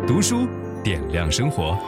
读书点亮生活。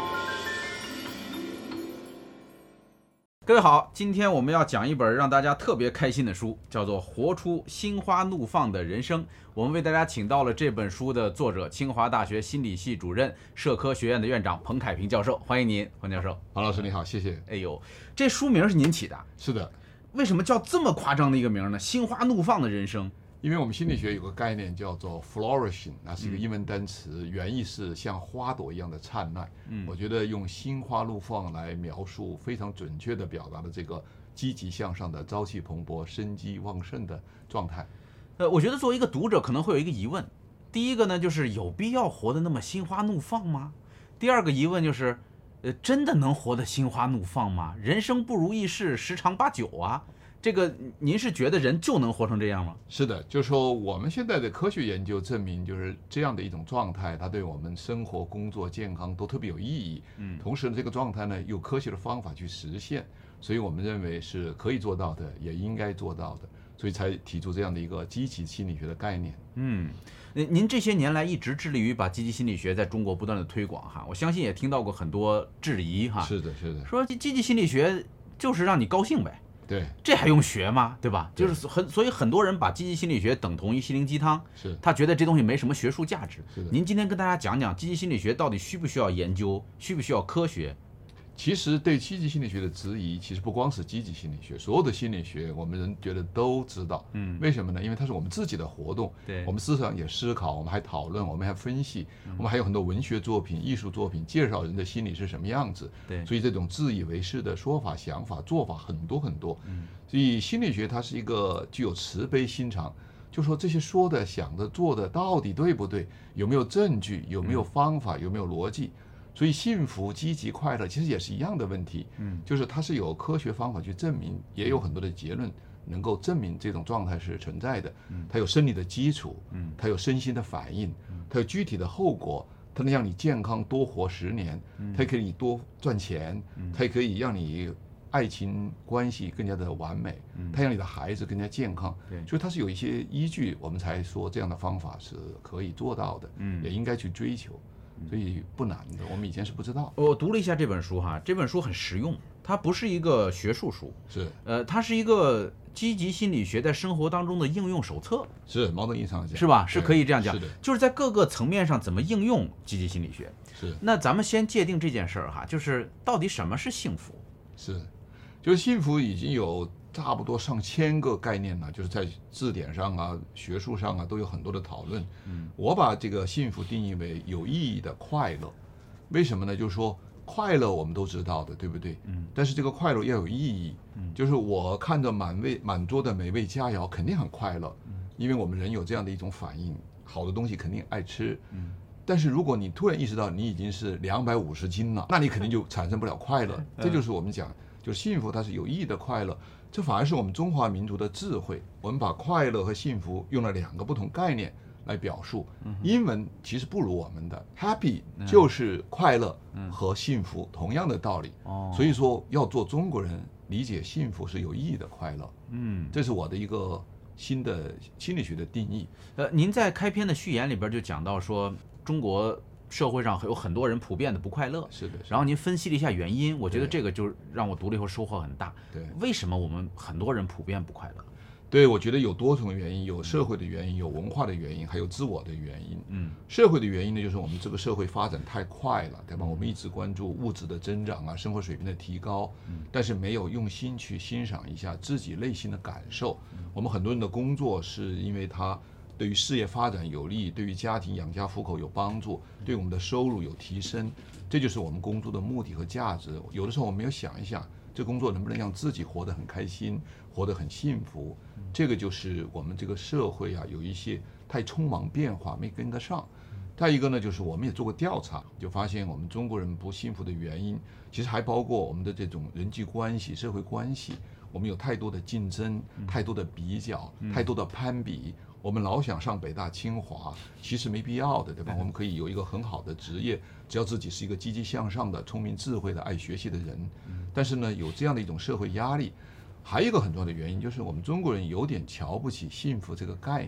各位好，今天我们要讲一本让大家特别开心的书，叫做《活出心花怒放的人生》。我们为大家请到了这本书的作者，清华大学心理系主任、社科学院的院长彭凯平教授。欢迎您，彭教授。 黄老师你好，谢谢。 哎呦，这书名是您起的？ 是的。 为什么叫这么夸张的一个名呢？心花怒放的人生。 因为我们心理学有个概念叫做 flourishing， 那是一个英文单词，原意是像花朵一样的灿烂。我觉得用心花怒放来描述，非常准确地表达了这个积极向上的、朝气蓬勃、生机旺盛的状态。 我觉得作为一个读者可能会有一个疑问，第一个呢，就是有必要活得那么心花怒放吗？第二个疑问就是，真的能活得心花怒放吗？人生不如意事十常八九啊。这个您是觉得人就能活成这样吗？ 是的，就是说我们现在的科学研究证明，就是这样的一种状态，它对我们生活、工作、健康都特别有意义。同时这个状态呢，有科学的方法去实现，所以我们认为是可以做到的，也应该做到的，所以才提出这样的一个积极心理学的概念。 您这些年来一直致力于把积极心理学在中国不断的推广哈，我相信也听到过很多质疑哈。 是的，是的， 说积极心理学就是让你高兴呗。 对， 这还用学吗？对吧？ 对， 就是所以很多人把积极心理学等同于心灵鸡汤， 是他觉得这东西没什么学术价值。 是的。 您今天跟大家讲讲积极心理学到底需不需要研究，需不需要科学？ 其实对积极心理学的质疑，其实不光是积极心理学，所有的心理学我们人觉得都知道。为什么呢？因为它是我们自己的活动， 对， 我们思想也思考，我们还讨论，我们还分析，我们还有很多文学作品、艺术作品介绍人的心理是什么样子。 对， 所以这种自以为是的说法、想法、做法很多很多。所以心理学它是一个具有慈悲心肠，就说这些说的、想的、做的到底对不对？有没有证据？有没有方法？有没有逻辑？所以幸福、积极、快乐其实也是一样的问题，就是它是有科学方法去证明，也有很多的结论能够证明这种状态是存在的。它有生理的基础，它有身心的反应，它有具体的后果，它能让你健康多活10年，它也可以你多赚钱，它也可以让你爱情关系更加的完美，它让你的孩子更加健康。所以它是有一些依据，我们才说这样的方法是可以做到的，也应该去追求。所以不难的，我们以前是不知道。 我读了一下这本书哈，这本书很实用，它不是一个学术书， 是它是一个积极心理学在生活当中的应用手册， 是某种意义上讲， 是吧？是可以这样讲， 是的， 就是在各个层面上怎么应用积极心理学。 是。 那咱们先界定这件事儿哈，就是到底什么是幸福？ 是，就是幸福已经有差不多上千个概念了，就是在字典上啊、学术上啊都有很多的讨论。我把这个幸福定义为有意义的快乐。为什么呢？就是说快乐我们都知道的，对不对？但是这个快乐要有意义。就是我看着满桌的美味佳肴，肯定很快乐，因为我们人有这样的一种反应，好的东西肯定爱吃。但是如果你突然意识到你已经是250斤了，那你肯定就产生不了快乐。这就是我们讲，就是幸福它是有意义的快乐。这反而是我们中华民族的智慧。我们把快乐和幸福用了2个不同概念来表述。英文其实不如我们的 happy 就是快乐和幸福同样的道理。所以说要做中国人，理解幸福是有意义的快乐。这是我的一个新的心理学的定义。 您在开篇的序言里边就讲到说，中国社会上有很多人普遍的不快乐， 是的。 然后您分析了一下原因，我觉得这个就让我读了以后收获很大。 对， 为什么我们很多人普遍不快乐？ 对，我觉得有多重原因，有社会的原因，有文化的原因，还有自我的原因。社会的原因呢，就是我们这个社会发展太快了，对吧？我们一直关注物质的增长啊，生活水平的提高，但是没有用心去欣赏一下自己内心的感受。我们很多人的工作是因为他对于事业发展有利，对于家庭养家糊口有帮助，对我们的收入有提升，这就是我们工作的目的和价值。有的时候我们要想一想，这工作能不能让自己活得很开心，活得很幸福。这个就是我们这个社会啊，有一些太匆忙变化没跟得上。再一个呢，就是我们也做过调查，就发现我们中国人不幸福的原因，其实还包括我们的这种人际关系、社会关系。我们有太多的竞争，太多的比较，太多的攀比。我们老想上北大清华，其实没必要的，对吧？我们可以有一个很好的职业，只要自己是一个积极向上的、聪明智慧的、爱学习的人。但是呢，有这样的一种社会压力。还有一个很重要的原因，就是我们中国人有点瞧不起幸福这个概念。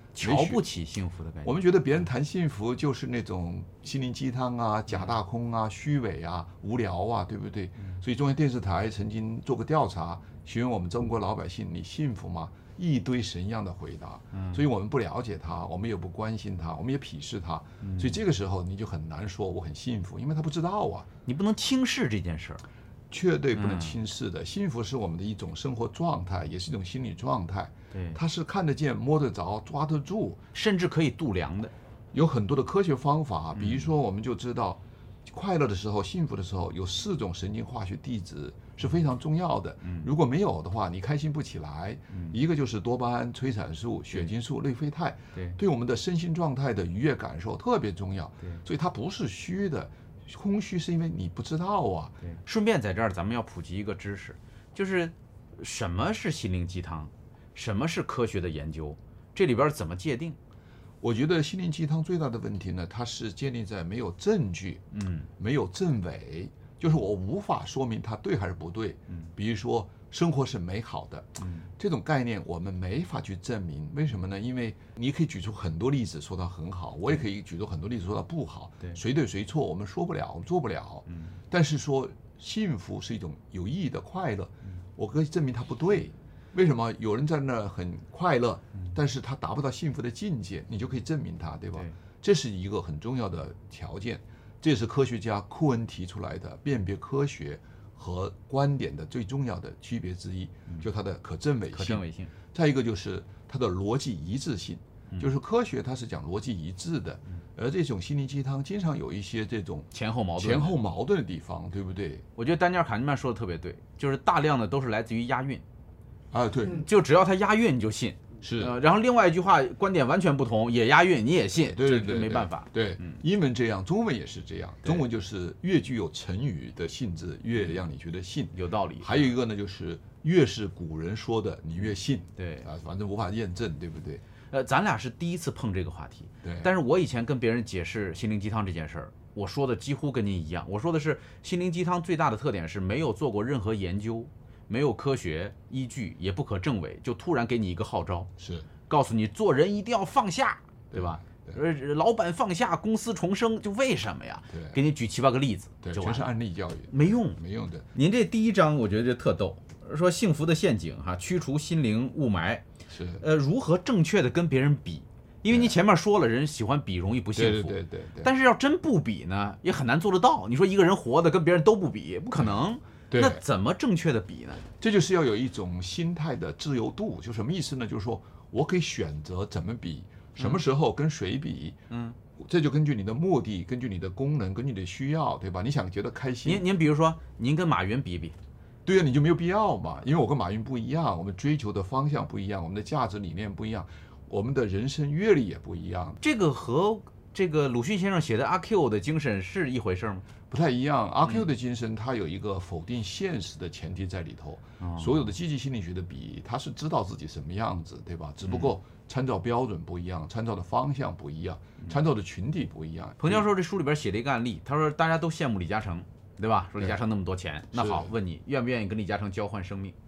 瞧不起幸福的概念。 我们觉得别人谈幸福就是那种心灵鸡汤啊、假大空啊、虚伪啊、无聊啊，对不对？所以中央电视台曾经做过调查，询问我们中国老百姓你幸福吗？一堆神一样的回答。所以我们不了解他，我们也不关心他，我们也鄙视他。所以这个时候你就很难说我很幸福，因为他不知道啊。 你不能轻视这件事儿。 绝对不能轻视的。幸福是我们的一种生活状态，也是一种心理状态。 对， 它是看得见、摸得着、抓得住， 甚至可以度量的。 有很多的科学方法，比如说我们就知道，快乐的时候、幸福的时候，有4种神经化学递质是非常重要的。如果没有的话，你开心不起来。一个就是多巴胺、催产素、血清素、内啡肽，对我们的身心状态的愉悦感受特别重要。所以它不是虚的。空虚是因为你不知道啊。 对，顺便在这儿咱们要普及一个知识，就是什么是心灵鸡汤，什么是科学的研究，这里边怎么界定？ 我觉得心灵鸡汤最大的问题呢，它是建立在没有证据，没有证伪，就是我无法说明它对还是不对。比如说生活是美好的，这种概念我们没法去证明。为什么呢？因为你可以举出很多例子说它很好，我也可以举出很多例子说它不好。谁对谁错我们说不了，我们做不了。但是说幸福是一种有意义的快乐，我可以证明它不对。为什么有人在那很快乐，但是他达不到幸福的境界，你就可以证明他，对吧？这是一个很重要的条件，这也是科学家库恩提出来的辨别科学和观点的最重要的区别之一，就它的可证伪性。再一个就是它的逻辑一致性，就是科学它是讲逻辑一致的，而这种心灵鸡汤经常有一些这种前后矛盾的地方，对不对？ 我觉得丹尼尔·卡尼曼说的特别对，就是大量的都是来自于押韵。 对， 就只要他押韵你就信。 是， 然后另外一句话观点完全不同，也押韵你也信， 对， 没办法。 对，英文这样，中文也是这样。中文就是越具有成语的性质，越让你觉得信， 有道理。 还有一个呢，就是越是古人说的，你越信。 对反正无法验证，对不对？ 咱俩是第一次碰这个话题。 对， 但是我以前跟别人解释心灵鸡汤这件事儿，我说的几乎跟您一样。我说的是心灵鸡汤最大的特点是没有做过任何研究。没有科学依据，也不可证伪，就突然给你一个号召， 是告诉你做人一定要放下，对吧？老板放下，公司重生，就为什么呀？给你举7、8个例子， 全是案例教育， 没用的。 您这第1章我觉得这特逗，说幸福的陷阱驱除心灵雾霾， 是如何正确的跟别人比？因为你前面说了，人喜欢比容易不幸福， 对。 但是要真不比呢，也很难做得到。你说一个人活的跟别人都不比，不可能。那怎么正确的比呢？ 这就是要有一种心态的自由度，就什么意思呢？就是说我可以选择怎么比，什么时候跟谁比，这就根据你的目的，根据你的功能，根据你的需要，对吧？你想觉得开心， 您比如说，您跟马云比比， 对啊，你就没有必要嘛，因为我跟马云不一样，我们追求的方向不一样，我们的价值理念不一样，我们的人生阅历也不一样。 这个和这个鲁迅先生写的阿 Q 的精神是一回事吗？ 不太一样。阿 Q 的精神它有一个否定现实的前提在里头，所有的积极心理学的比，他是知道自己什么样子，对吧？只不过参照标准不一样，参照的方向不一样，参照的群体不一样。 彭教授这书里边写了一个案例，他说大家都羡慕李嘉诚，对吧？说李嘉诚那么多钱，那好，问你愿不愿意跟李嘉诚交换生命？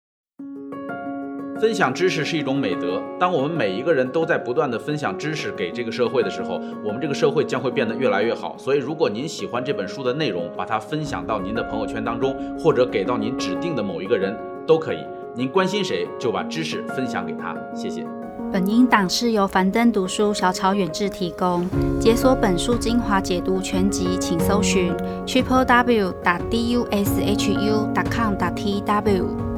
分享知识是一种美德，当我们每一个人都在不断的分享知识给这个社会的时候，我们这个社会将会变得越来越好。所以如果您喜欢这本书的内容，把它分享到您的朋友圈当中，或者给到您指定的某一个人都可以。您关心谁，就把知识分享给他。谢谢。 本音档是由樊登读书小草远志提供。解锁本书精华解读全集，请搜寻 www.dushu.com.tw